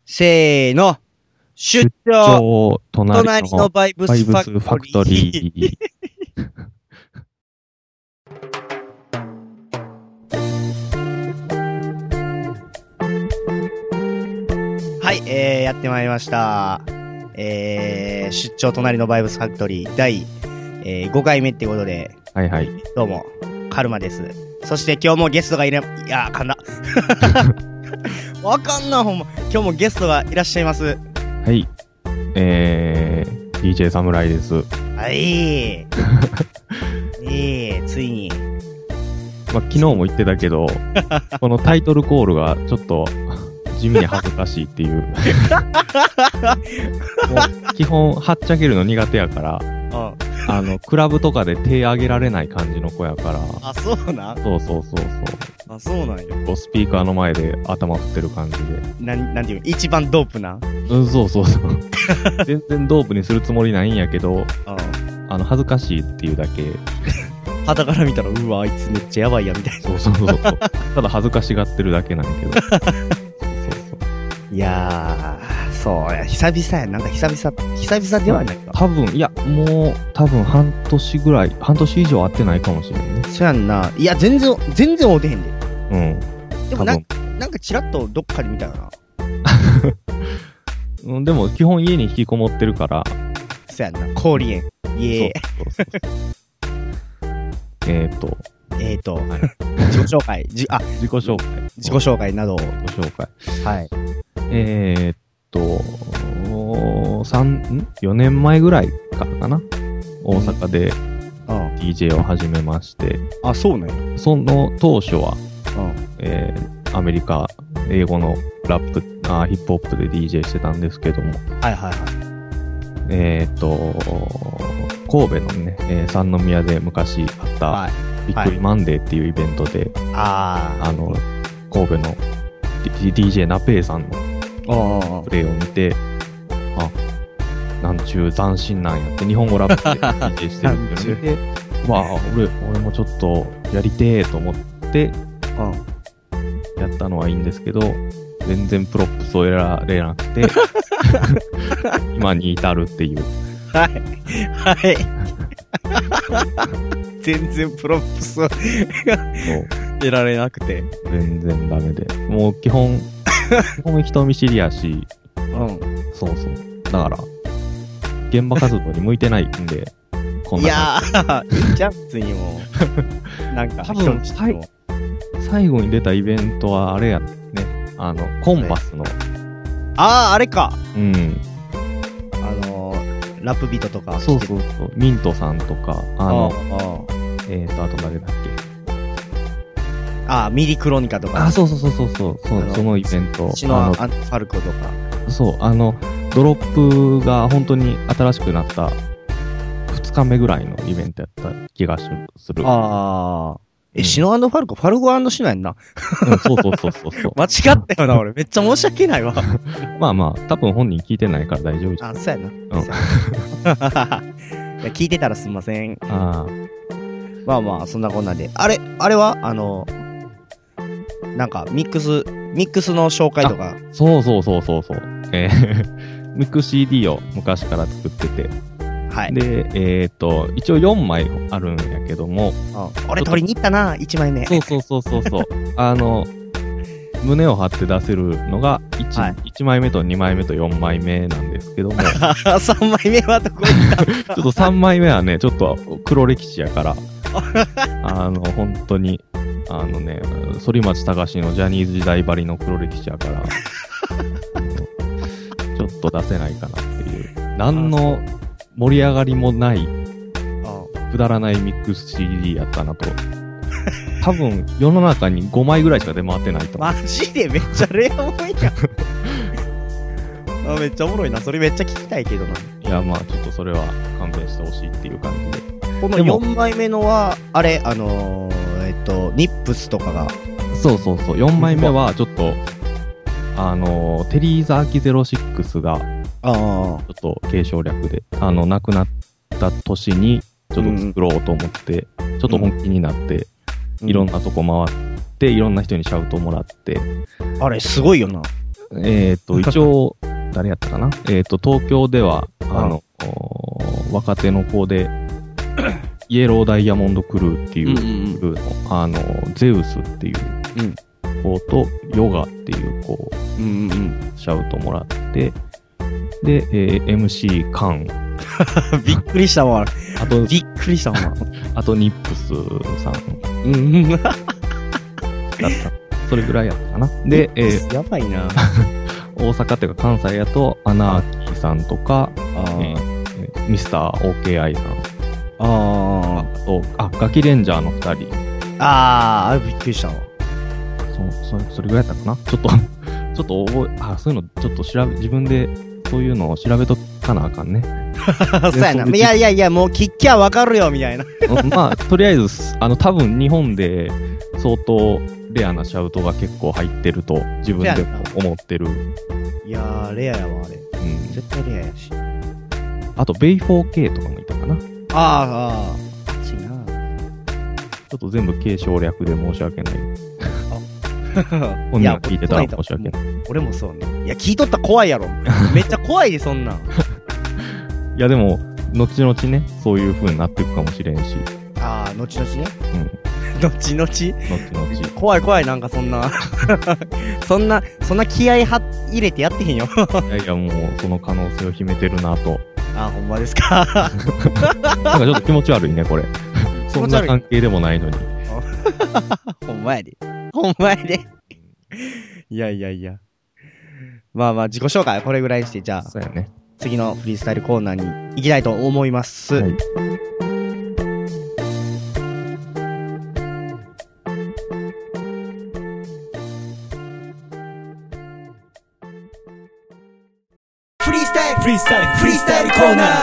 せーの。出張隣のバイブスファクトリー。はい、やってまいりました。出張隣のバイブスファクトリー第、5回目ってことで、 はいはい。 どうも、カルマです。そして今日もゲストがいる、いやー、かんだ。わかんな、ほんま。今日もゲストがいらっしゃいます。 はい。DJ 侍です。 はい。ついに。 まあ、昨日も言ってたけど、このタイトルコールがちょっと地味に恥ずかしいっていう。もう基本、はっちゃけるの苦手やから、クラブとかで手上げられない感じの子やから。 あ、そうなん？ そう。 あ、そうなんよ。 こうスピーカーの前で頭振ってる感じで。 なんていうの？一番ドープな？ そう。全然ドープにするつもりないんやけど、恥ずかしいっていうだけ。 肌から見たら、うわ、あいつめっちゃやばいや、みたいな。 そう。ただ恥ずかしがってるだけなんやけど。そう。 いやー、そうや、久々や、なんか久々ではないか。 多分半年以上会ってないかもしれんね。 そうやんな。いや、全然会うてへんで。 うん。 でもなんかチラッとどっかで見たよな。でも基本家に引きこもってるから。 そうやんな。氷園。イエーイ。 そう。 自己紹介。自己紹介などを。 自己紹介。 はい。 4年前ぐらいからかな。大阪で DJ を始めまして。 あ、そうね。 その当初は、アメリカ、英語のラップ、ヒップホップで DJ してたんですけども。 はい。 神戸のね、三宮で昔あった、びっくりマンデーっていうイベントで、神戸の DJ ナペイさんのプレイを見て、なんちゅう斬新なんやって、日本語ラップで DJ してるっていうのを見て、俺もちょっとやりてーと思って、やったのはいいんですけど、全然プロップスを得られなくて、今に至るっていう。 はい。全然プロップスを得られなくて。 全然ダメで。もう基本人見知りやし、そう。だから、現場活動に向いてないんで、こんな。いやー、いいじゃん、普通にもう。なんか、 多分最後に出たイベントはあれやね。コンバスの。 あれか。 うん。 ラップビートとか。 そう。ミントさんとか、あと誰だっけ。 ミリクロニカとか。 そう。そのイベント。 シノアンファルコとか。 そう、ドロップが本当に新しくなった2日目ぐらいのイベントやった気がする。 シノアンドファルコ、ファルコ&シノやんな。 そう。 間違ったよな、俺。めっちゃ申し訳ないわ。 まあ、多分本人聞いてないから大丈夫じゃん。 そうやな。いや聞いてたらすんません。まあ、そんなこんなで。あれはなんか、ミックスの紹介とか。 そう。ミックス CD を昔から作ってて。 はい。 で、一応4枚あるんやけども。 俺取りに行ったな、1枚目。 そう。胸を張って出せるのが 1枚目と2枚目と4枚目なんですけども。 3枚目はどこ行ったちょっと3枚目はね、ちょっと黒歴史やから。本当に、反町隆史のジャニーズ時代ばりの黒歴史やから。ちょっと出せないかなっていう。何の盛り上がりもない、くだらないミックス CD やったなと。多分、世の中に5枚ぐらいしか出回ってないと思う。 マジでめっちゃレアもんやめっちゃおもろいな。それめっちゃ聞きたいけどな。 いや、ちょっとそれは勘弁してほしいっていう感じで。 この4枚目のは、あれ、ニップスとかが。 そう。4枚目は、ちょっと、テリーザ・アキ06が、ちょっと継承略で、亡くなった年に、ちょっと作ろうと思って、ちょっと本気になって、いろんなとこ回って、いろんな人にシャウトもらって。 あれ、すごいよな。 一応、誰やったかな東京では、若手の子で、イエローダイヤモンドクルーっていうクルーの、ゼウスっていう子と、ヨガっていう子、シャウトもらって、で、MC カン。 びっくりしたわ。 あと、 びっくりしたわ。 あと、ニップスさん。だった。それぐらいやったかな。で、 やばいな。 大阪っていうか関西やと、アナーキーさんとか、ミスター OKI さん。あと、ガキレンジャーの2人。 びっくりしたわ。 それぐらいやったかな。ちょっとそういうの、ちょっと自分で、そういうのを調べとかなあかんね。 そうやな。いや、もう聞きゃわかるよ、みたいな。 まあ、とりあえず、多分日本で相当レアなシャウトが結構入ってると自分で思ってる。 いやー、レアやわ、あれ。絶対レアやし。 あと、ベイ 4K とかもいたかな。 熱いな。 ちょっと全部軽省略で申し訳ない。本人が聞いてたら申し訳ない。 俺もそうね。いや、聞いとったら怖いやろ。めっちゃ怖いで、そんなん。 いや、でも、後々ね、そういう風になっていくかもしれんし。 後々ね。後々怖い、なんかそんな。そんな気合入れてやってへんよ。 いや、もう、その可能性を秘めてるなと。 ほんまですか。 なんかちょっと気持ち悪いね、これ。そんな関係でもないのに。 ほんまやで。いや。まあ、自己紹介はこれぐらいにして、じゃあ。 そうやね。 次のフリースタイルコーナーに行きたいと思います。はい。フリースタイルコーナー。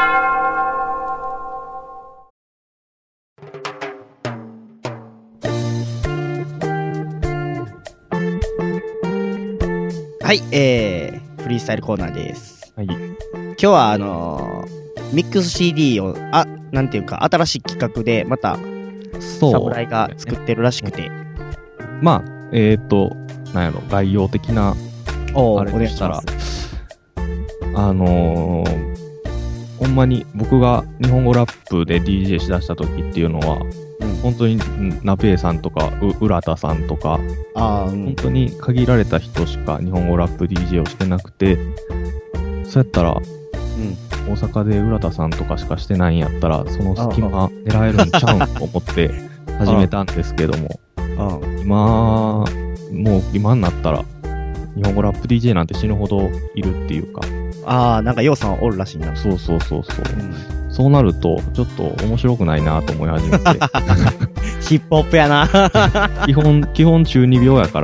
はい、フリースタイルコーナーです。 はい。 今日はミックス CD をなんていうか新しい企画でまた侍が作ってるらしくて、 まあなんやろ概要的なあれでしたらほんまに僕が日本語ラップで DJ しだした時っていうのは、本当にナペイさんとか浦田さんとか、本当に限られた人しか日本語ラップ DJ をしてなくて、そうやったら、大阪で浦田さんとかしかしてないんやったら、その隙間狙えるんちゃうんと思って始めたんですけども、もう今になったら、日本語ラップ DJ なんて死ぬほどいるっていうか。 なんか、ヨウさんおるらしいな。 そう。そうなると、ちょっと面白くないなと思い始めて。 ヒップホップやな。 基本中二病やから、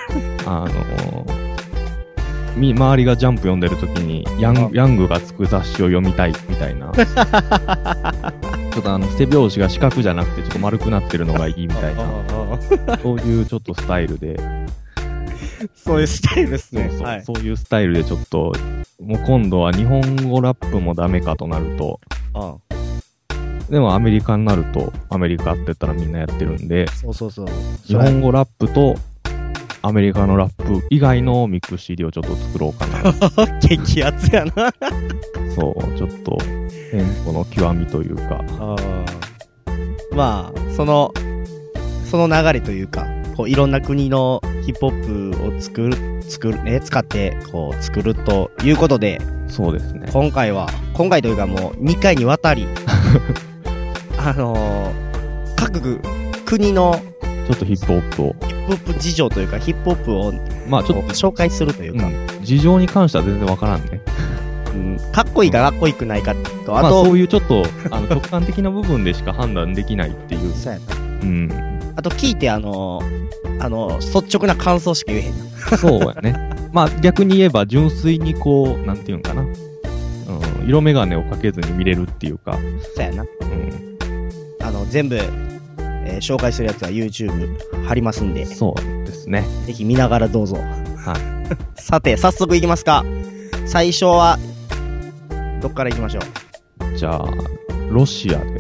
周りがジャンプ読んでる時にヤングがつく雑誌を読みたいみたいな。ちょっと背拍子が四角じゃなくてちょっと丸くなってるのがいいみたいな。そういうちょっとスタイルで。 そういうスタイルですね。 そういうスタイルでちょっと、もう今度は日本語ラップもダメかとなると、でもアメリカになると、アメリカって言ったらみんなやってるんで、日本語ラップとアメリカのラップ以外のミックス CD をちょっと作ろうかな。 激アツやな。 そう、ちょっと、変更の極みというか。 まあ、その流れというか、こういろんな国のヒップホップを使ってこう作るということで、 そうですね。 今回というかもう2回にわたり各国のちょっとヒップホップ事情というかヒップホップをまあちょっと紹介するというか、 事情に関しては全然わからんね。 かっこいいかかっこよくないかと、 あとそういうちょっと直感的な部分でしか判断できないっていう。 そうやな。あと聞いて率直な感想しか言えへんな。 そうやね。まあ逆に言えば純粋にこうなんていうんかな、色眼鏡をかけずに見れるっていうか。 そうやな。全部、紹介するやつは YouTube 貼りますんで。 そうですね。 ぜひ見ながらどうぞ。 はい。 さて早速いきますか。最初はどっからいきましょう。 じゃあロシアで。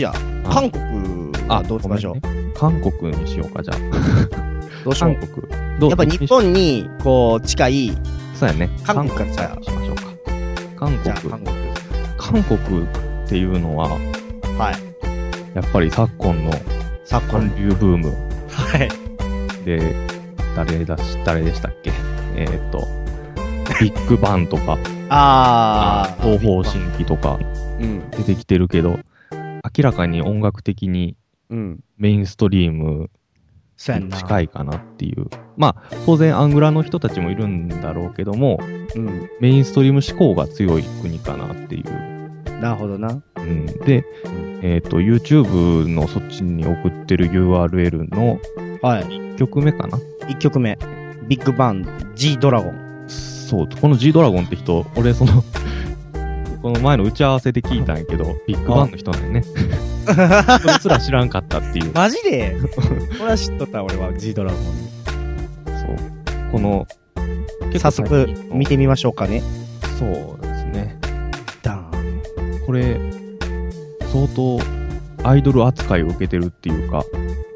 韓国はどうしましょう。 韓国にしようか、じゃあ。 どうしよう。 やっぱ日本に、こう、近い、 そうやね。 韓国からさ、 しましょうか。韓国。韓国っていうのは、 はい。 やっぱり昨今の韓流ブーム。 はい。 で、誰でしたっけ？ビッグバンとか、東方神起とか、出てきてるけど、明らかに音楽的に、メインストリームに近いかなっていう。まあ、当然アングラの人たちもいるんだろうけども、メインストリーム志向が強い国かなっていう。 なるほどな。 で、YouTube のそっちに送ってる URL の1曲目かな、 1曲目。ビッグバン、G ドラゴン。 そう、この G ドラゴンって人、俺この前の打ち合わせで聞いたんやけど、ビッグバンの人なんやね。それすら知らんかったっていう。 マジで俺は知っとった、俺は G ドラゴン。 そう。この、 早速見てみましょうかね。 そうですね。 ダーン。 これ、相当アイドル扱いを受けてるっていうか、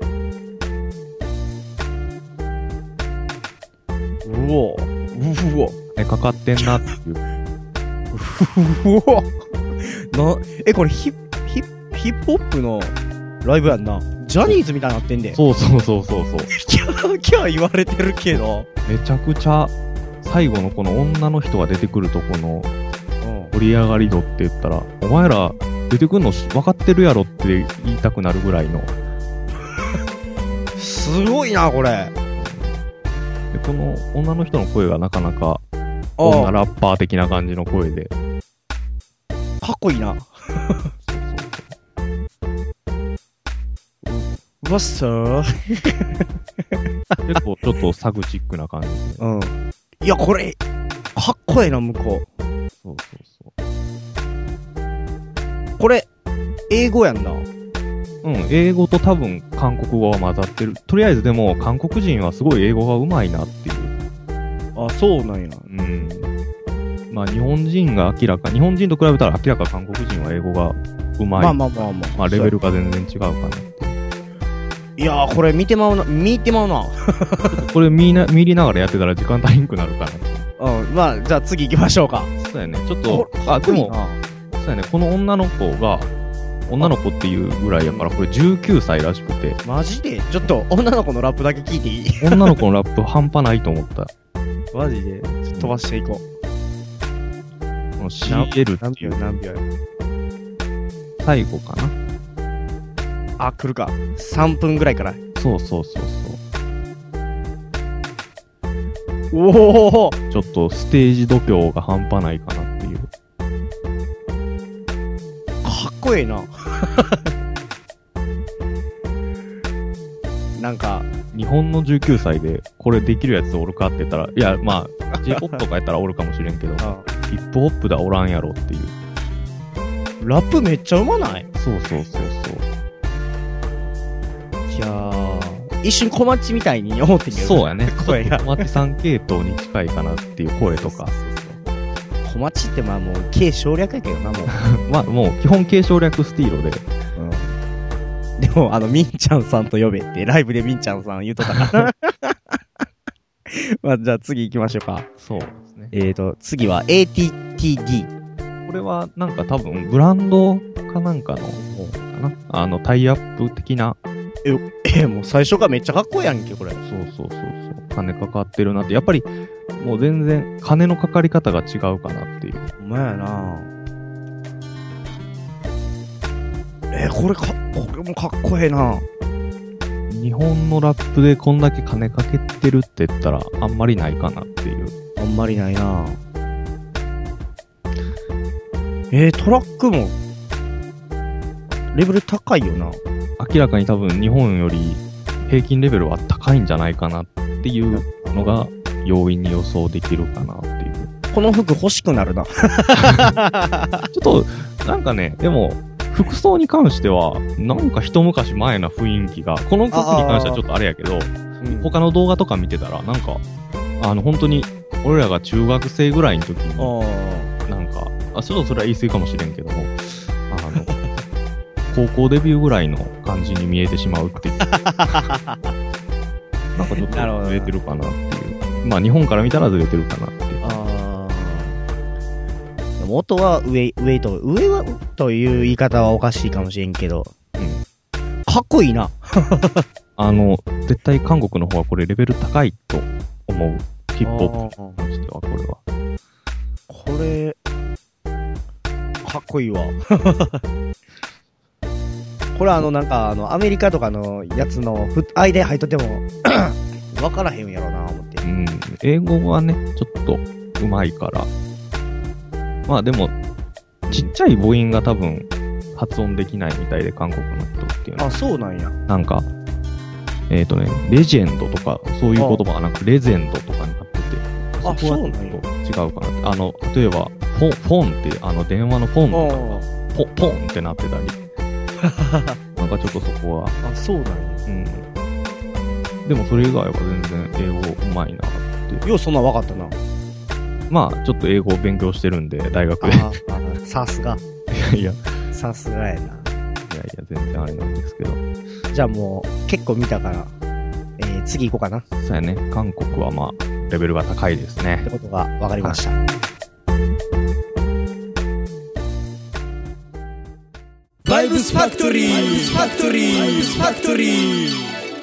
うおかかってんなっていう。 これヒップホップのライブやんな。ジャニーズみたいになってんで。 そう。キャー言われてるけど。 めちゃくちゃ、最後のこの女の人が出てくるとこの、盛り上がり度って言ったら、お前ら出てくんの分かってるやろって言いたくなるぐらいの。 すごいな、これ。 で、この女の人の声がなかなか、女ラッパー的な感じの声で。 かっこいいな。うわっさー。 結構ちょっとサグチックな感じで。 いや、これ、かっこいいな、向こう。 そう。 これ、英語やんな。 英語と多分韓国語は混ざってる。とりあえずでも韓国人はすごい英語が上手いなっていう。 あ、そうなんや。 まあ日本人と比べたら明らか韓国人は英語が上手い。まあレベルが全然違うかなって。 いやー、これ見てまうな。 これ見入りながらやってたら時間足りんくなるかな。 まあ、じゃあ次行きましょうか。 そうやね。ちょっと、でも、そうやね。この女の子っていうぐらいやから、これ19歳らしくて。 マジで？ちょっと女の子のラップだけ聞いていい？ 女の子のラップ半端ないと思った。 マジで？ちょっと飛ばしていこう。 この CL っていう。 何秒や最後かな。 あ、来るか。3分ぐらいから。 そう。 おお。 ちょっとステージ度胸が半端ないかなっていう。 かっこいいな。なんか、 日本の19歳でこれできるやつおるかって言ったら、いや、まあ、J-POP とかやったらおるかもしれんけど、ヒップホップではおらんやろっていう。 ラップめっちゃうまない？ そう。 いやー、一瞬小町みたいに思ってんけど。 そうやね。 声が。 小町さん系統に近いかなっていう声とか。 小町ってまあもう、軽省略やけどな、もう。 まあもう、基本軽省略スティーロで。 でも、みんちゃんさんと呼べって、ライブでみんちゃんさん言うとったから。まあ、じゃあ次行きましょうか。 そうですね。 次は ATTD。 これはなんか多分、ブランドかなんかの方かな。タイアップ的な。 もう最初からめっちゃかっこいいやんけ、これ。 そう。金かかってるなって。やっぱり、もう全然、金のかかり方が違うかなっていう。 お前やなこれもかっこええな。 日本のラップでこんだけ金かけてるって言ったら、あんまりないかなっていう。 あんまりないな。トラックも、レベル高いよな。 明らかに多分日本より平均レベルは高いんじゃないかなっていうのが容易に予想できるかなっていう。 この服欲しくなるな。ちょっと、なんかね、でも、服装に関しては、なんか一昔前な雰囲気が、この曲に関してはちょっとあれやけど、他の動画とか見てたら、なんか、本当に、俺らが中学生ぐらいの時に、なんか、ちょっとそれは言い過ぎかもしれんけども、高校デビューぐらいの感じに見えてしまうっていう。 なんかちょっとずれてるかなっていう。まあ日本から見たらずれてるかなっていう。 元は上はという言い方はおかしいかもしれんけど、かっこいいな。 絶対韓国の方はこれレベル高いと思う。ヒップホップに関しては、これは。 これ、かっこいいわ。これなんかアメリカとかのやつの間に入っとっても、わからへんやろな、思って。 英語はね、ちょっと上手いから。まあでも、ちっちゃい母音が多分発音できないみたいで、韓国の人っていうのは。 あ、そうなんや。 なんか、レジェンドとか、そういう言葉がなんかレジェンドとかになってて、 あ、そうなんや。 違うかなって。例えば、フォンって、電話のフォンとかが、ポンってなってたり。なんかちょっとそこは。 あ、そうなんや。 でもそれ以外は全然英語うまいなって。 ようそんな分かったな。 まあ、ちょっと英語を勉強してるんで、大学で。 さすが。 いや。 さすがやな。いや全然あれなんですけど。 じゃあもう、結構見たから、次行こうかな。 そうやね。韓国はまあ、レベルが高いですね。 ってことが分かりました。 バイブスファクトリー。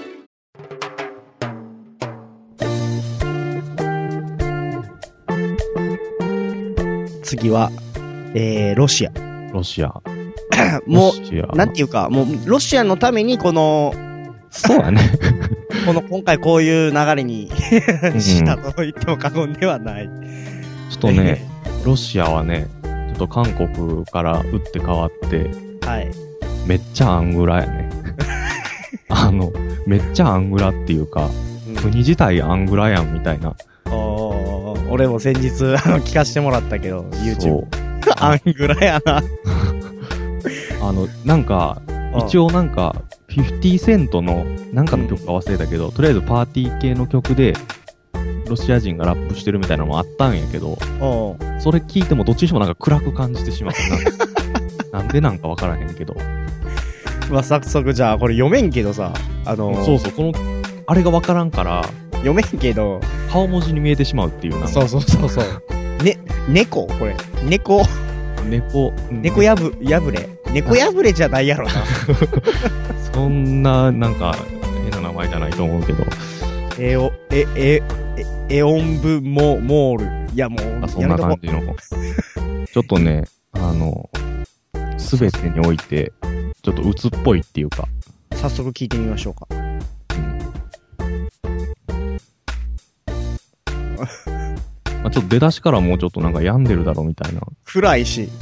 次は、ロシア。もう、なんていうか、もう、ロシアのためにそうだね。 今回こういう流れにしたと言っても過言ではない。 ちょっとね、ロシアはね、ちょっと韓国から打って変わって、 はい。 めっちゃアングラやね。めっちゃアングラっていうか、国自体アングラやんみたいな。 俺も先日聞かせてもらったけど、YouTube。アングラやな。 なんか、一応なんか、50セントのなんかの曲か忘れたけど、とりあえずパーティー系の曲で、ロシア人がラップしてるみたいなのもあったんやけど、それ聞いてもどっちにしてもなんか暗く感じてしまうな。なんでなんかわからへんけど。 まあ、早速じゃあ、これ読めんけどさ、 そうそう、あれがわからんから、 読めんけど、 顔文字に見えてしまうっていうな。 そう。猫これ。猫破れ。猫破れじゃないやろな。 そんな、なんか、変な名前じゃないと思うけど。 エオンブモール。いや、もう、 そんな感じの。ちょっとね、すべてにおいて、ちょっと鬱っぽいっていうか。 早速聞いてみましょうか。 まあちょっと出だしからもうちょっとなんか病んでるだろみたいな。 暗いし。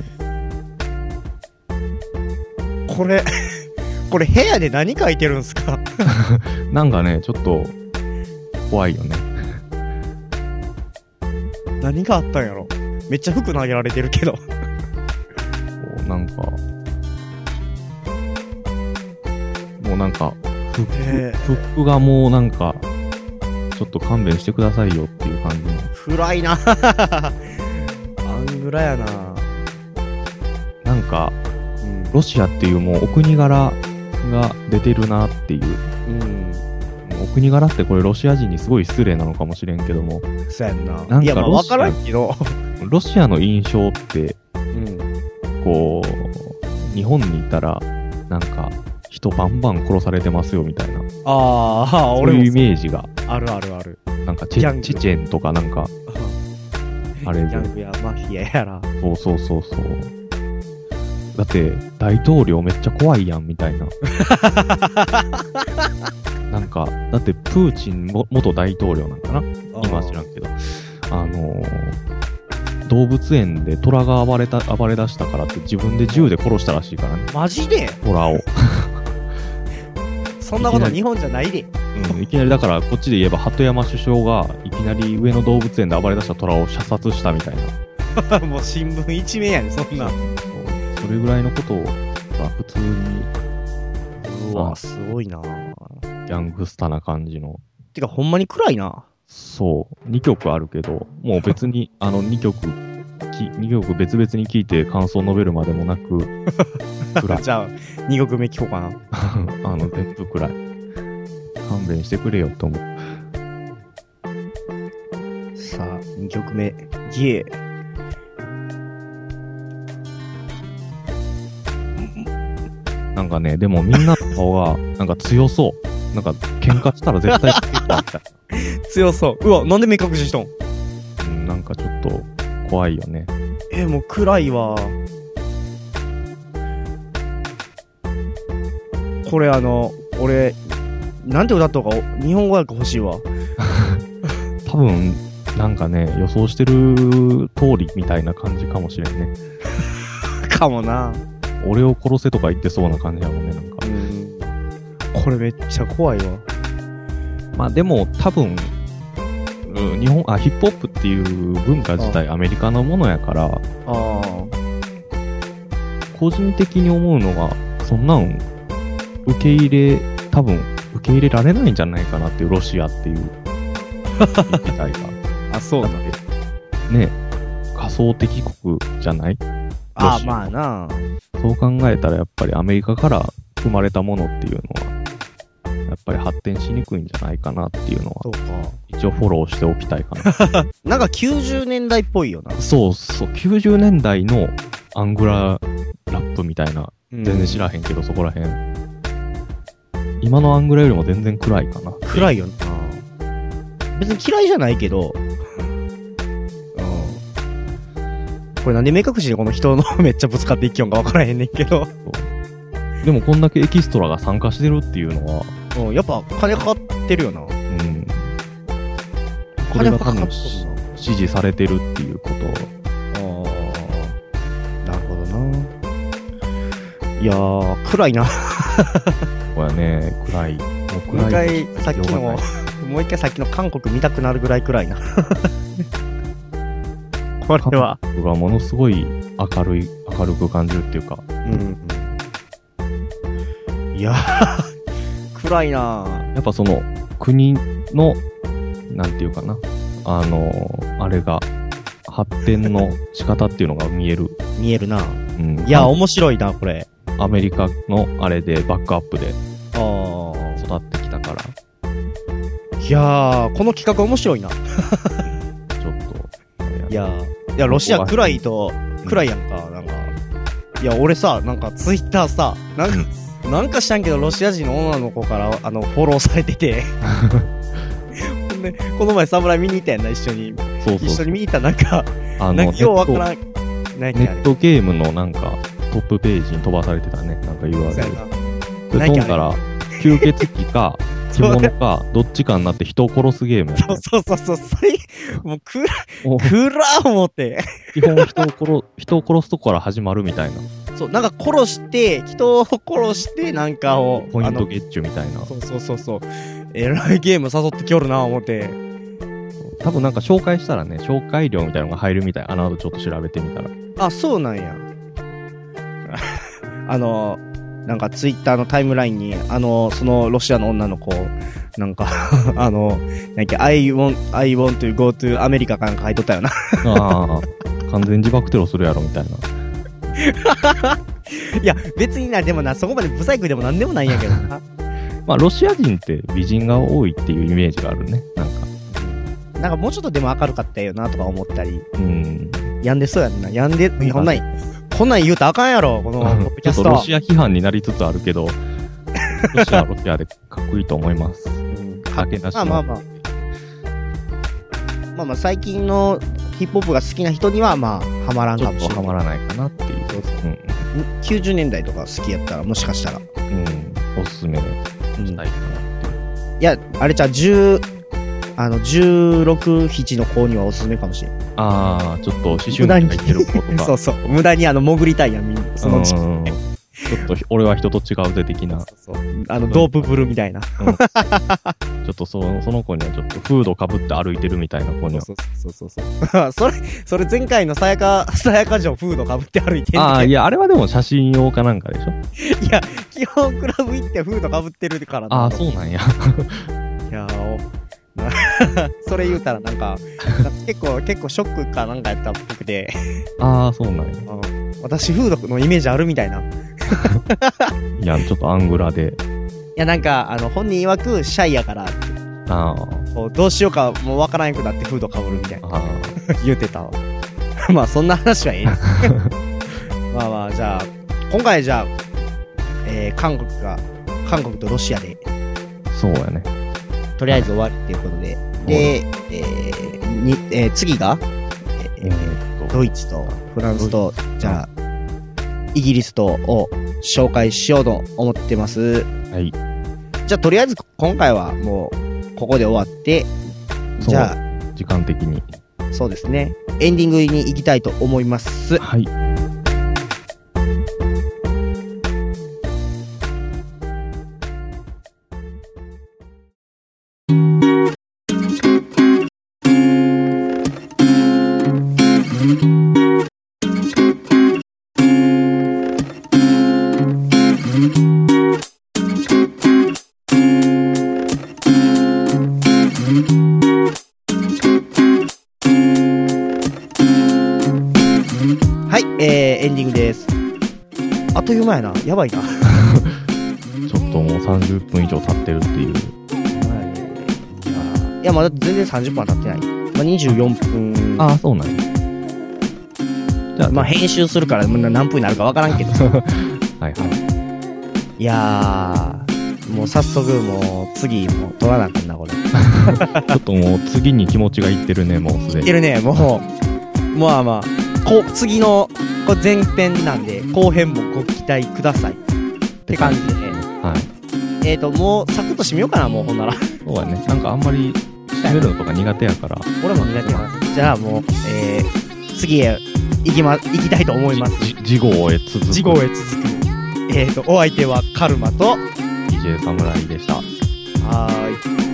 これ部屋で何書いてるんすか？ なんかね、ちょっと、怖いよね。 何があったんやろ？めっちゃ服投げられてるけど。 なんか、もうなんか、服がもうなんか、ちょっと勘弁してくださいよっていう感じの。 暗いな。アングラやな。 なんか、ロシアっていうもうお国柄が出てるなっていう。お国柄ってこれロシア人にすごい失礼なのかもしれんけども。 そうやんな。 なんかいや、まあわからんけど。 ロシアの印象って、こう、日本にいたら、なんか、人バンバン殺されてますよみたいな。そういうイメージが。 ある。 なんかチェチェンとかなんか、あれで。 ギャングやマフィアやら。 そう。だって、大統領めっちゃ怖いやんみたいな。なんか、だってプーチン元大統領なんかな？今知らんけど。動物園で虎が暴れ出したからって自分で銃で殺したらしいからね。 マジで？ 虎を。 そんなこと日本じゃないで。 いきなりだからこっちで言えば鳩山首相がいきなり上野動物園で暴れ出した虎を射殺したみたいな。 もう新聞一面やね、そんな。 それぐらいのことが普通に。 うわ、すごいな。 ギャングスタな感じの。 てかほんまに暗いな。 そう。2曲あるけど、もう別に2曲別々に聴いて感想を述べるまでもなく、暗い。 じゃあ、2曲目聴こうかな。 全部暗い。 勘弁してくれよと思う。 さあ、2曲目。ギエ。 なんかね、でもみんなの顔が、なんか強そう。なんか、喧嘩したら絶対結構あった。 強そう。うわ、なんで目隠ししとん？ なんかちょっと、怖いよね。 もう暗いわ。これ俺、なんて歌ったのか、日本語訳欲しいわ。 多分、なんかね、予想してる通りみたいな感じかもしれんね。 かもな。 俺を殺せとか言ってそうな感じやもんね、なんか。 これめっちゃ怖いわ。 まあでも、多分、ヒップホップっていう文化自体アメリカのものやから、個人的に思うのが、そんなん多分受け入れられないんじゃないかなっていう、ロシアっていう事態が。 あ、そうだね。ね、仮想敵国じゃない？ まあな。 そう考えたらやっぱりアメリカから生まれたものっていうのは、やっぱり発展しにくいんじゃないかなっていうのは、一応フォローしておきたいかな。 なんか90年代っぽいよな。 そうそう、90年代のアングララップみたいな、全然知らへんけど、そこらへん。今のアングラよりも全然暗いかな。 暗いよな。別に嫌いじゃないけど、これなんで目隠しでこの人のめっちゃぶつかっていきよんか分からへんねんけど。 でもこんだけエキストラが参加してるっていうのは、 やっぱ金かかってるよな。 これが多分支持されてるっていうこと。 なるほどな。いやー、暗いな。 これね、暗い。もう暗い。もう一回さっきの韓国見たくなるぐらい暗いな。これは。 僕がものすごい明るく感じるっていうか。 いやー、暗いな。 やっぱその国の、なんていうかな。あれが、発展の仕方っていうのが見える。 見えるな。いや、面白いな、これ。 アメリカのあれでバックアップで育ってきたから。 いやー、この企画面白いな。ちょっと。 いや、ロシア暗いやんか、なんか。いや、俺さ、なんかツイッターさ、なんか知らんけど、ロシア人の女の子から、フォローされてて。で、この前侍見に行ったやんな、一緒に。一緒に見に行ったら、なんかようわからん。 ネットゲームのなんか、トップページに飛ばされてたね。なんか URL。で、飛んだら、吸血鬼か、着物か、どっちかになって人を殺すゲームやね。 そう。もう暗思って。 基本人を殺すとこから始まるみたいな。 そう、なんか人を殺して、なんかを。 ポイントゲッチュみたいな。 そう。えらいゲーム誘ってきょるな、思って。 多分なんか紹介したらね、紹介料みたいなのが入るみたい。あの後ちょっと調べてみたら。 あ、そうなんや。なんかツイッターのタイムラインに、そのロシアの女の子、なんか、なんか、I want to go to アメリカかなんか書いとったよな。 完全自爆テロするやろ、みたいな。 いや、別にな、でもな、そこまでブサイクでもなんでもないんやけどな。 まあ、ロシア人って美人が多いっていうイメージがあるね、 なんかもうちょっとでも明るかったよな、とか思ったり。病んでそうやんな。こんなん言うとあかんやろ、このポッドキャスト。 ちょっとロシア批判になりつつあるけど、ロシアはロシアでかっこいいと思います。かけなし。 まあ、最近のヒップホップが好きな人には、まあ、ハマらんかもしれない。 ハマらないかなっていう。 90年代とか好きやったら、もしかしたら。 おすすめしたいかなっていう。 いや、あれじゃあ、16、7の子にはおすすめかもしれん。 ちょっと思春期が言ってる子とか。 そう。無駄に潜りたいやん、そのうち。 ちょっと、俺は人と違うぜ的な。 ドープブルみたいな。ちょっとその子にはちょっとフード被って歩いてるみたいな子には。 そう。それ前回のさやか城フード被って歩いてる。 いや、あれはでも写真用かなんかでしょ。 いや、基本クラブ行ってフード被ってるからな。 そうなんや。 いやそれ言うたらなんか結構ショックかなんかやったっぽくて。 そうなんや。 私フードのイメージあるみたいな。 いや、ちょっとアングラで。 や、なんか、本人曰くシャイやから、 あこうどうしようかもうわからなくなってフードかぶるみたいな。 あ。 言うてたわ。まあ、そんな話はええねん。まあまあ、じゃあ、今回じゃあ、韓国とロシアで、 そうやね。 とりあえず終わりっていうことで。で、次が、ドイツとフランスと、じゃあ、イギリスとを紹介しようと思ってます。 はい。 じゃあ、とりあえず今回はもう、ここで終わって、じゃあ、 時間的に。 そうですね。エンディングに行きたいと思います。 はい。 エンディングです。あっという間やな。やばいな。 ちょっともう30分以上経ってるっていう。 いや、まだ全然30分は経ってない。まあ、24分。 ああ、そうなんや。じゃあ、 まあ、編集するから何分になるかわからんけど。 はいはい。 いやー、もう早速もう次もう撮らなあかんな、これ。 ちょっともう次に気持ちがいってるね、もうすでに。 いってるね、もう。まあまあ。次のこれ前編なんで、後編もご期待ください。って感じで。 はい。 もうサクッと締めようかな、もうほんなら。 そうやね。なんかあんまり締めるのとか苦手やから。 俺も苦手やな。じゃあもう、次へ行きたいと思います。 次号へ続く。 次号へ続く。お相手はカルマと DJ 侍でした。 はーい。